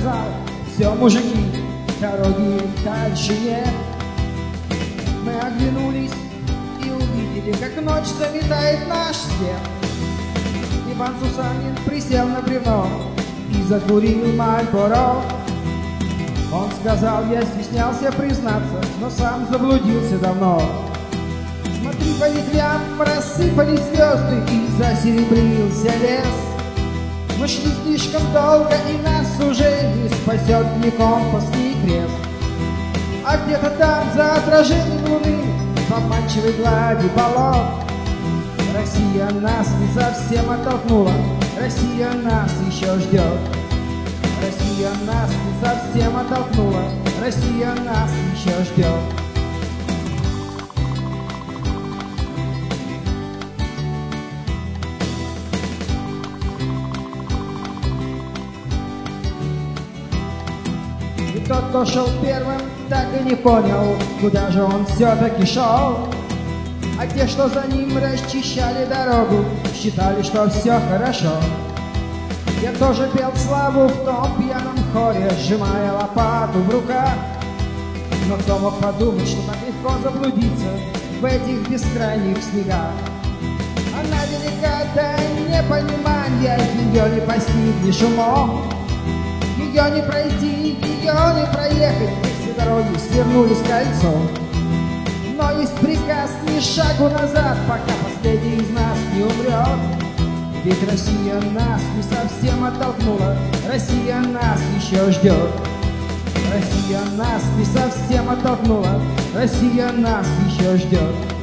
сказал: все, мужики, дороги дальше нет. Мы оглянулись и увидели, как ночь заметает наш свет. Иван Сусанин присел на бревно и закурил Мальборо. Он сказал: я стеснялся признаться, но сам заблудился давно. Смотри, по ветвям рассыпались звезды и засеребрился лес. Мы шли слишком долго, и нас уже не спасет ни компас, ни крест. А где-то там, за отражением луны, в обманчивой глади болот, Россия нас не совсем оттолкнула, Россия нас еще ждет. Россия нас не совсем оттолкнула, Россия нас еще ждет. И тот, кто шел первым, так и не понял, куда же он все-таки шел. А те, что за ним расчищали дорогу, считали, что все хорошо. Я тоже пел славу в том пьяном хоре, сжимая лопату в руках. Но кто мог подумать, что так легко заблудиться в этих бескрайних снегах? Она велика до непонимания, ее не постигнешь умом. Ее не пройти, ее не проехать, все дороги свернулись кольцом. Но есть приказ ни шагу назад, пока последний из нас не умрет. Ведь Россия нас не совсем оттолкнула, Россия нас еще ждет. Россия нас не совсем оттолкнула, Россия нас еще ждет.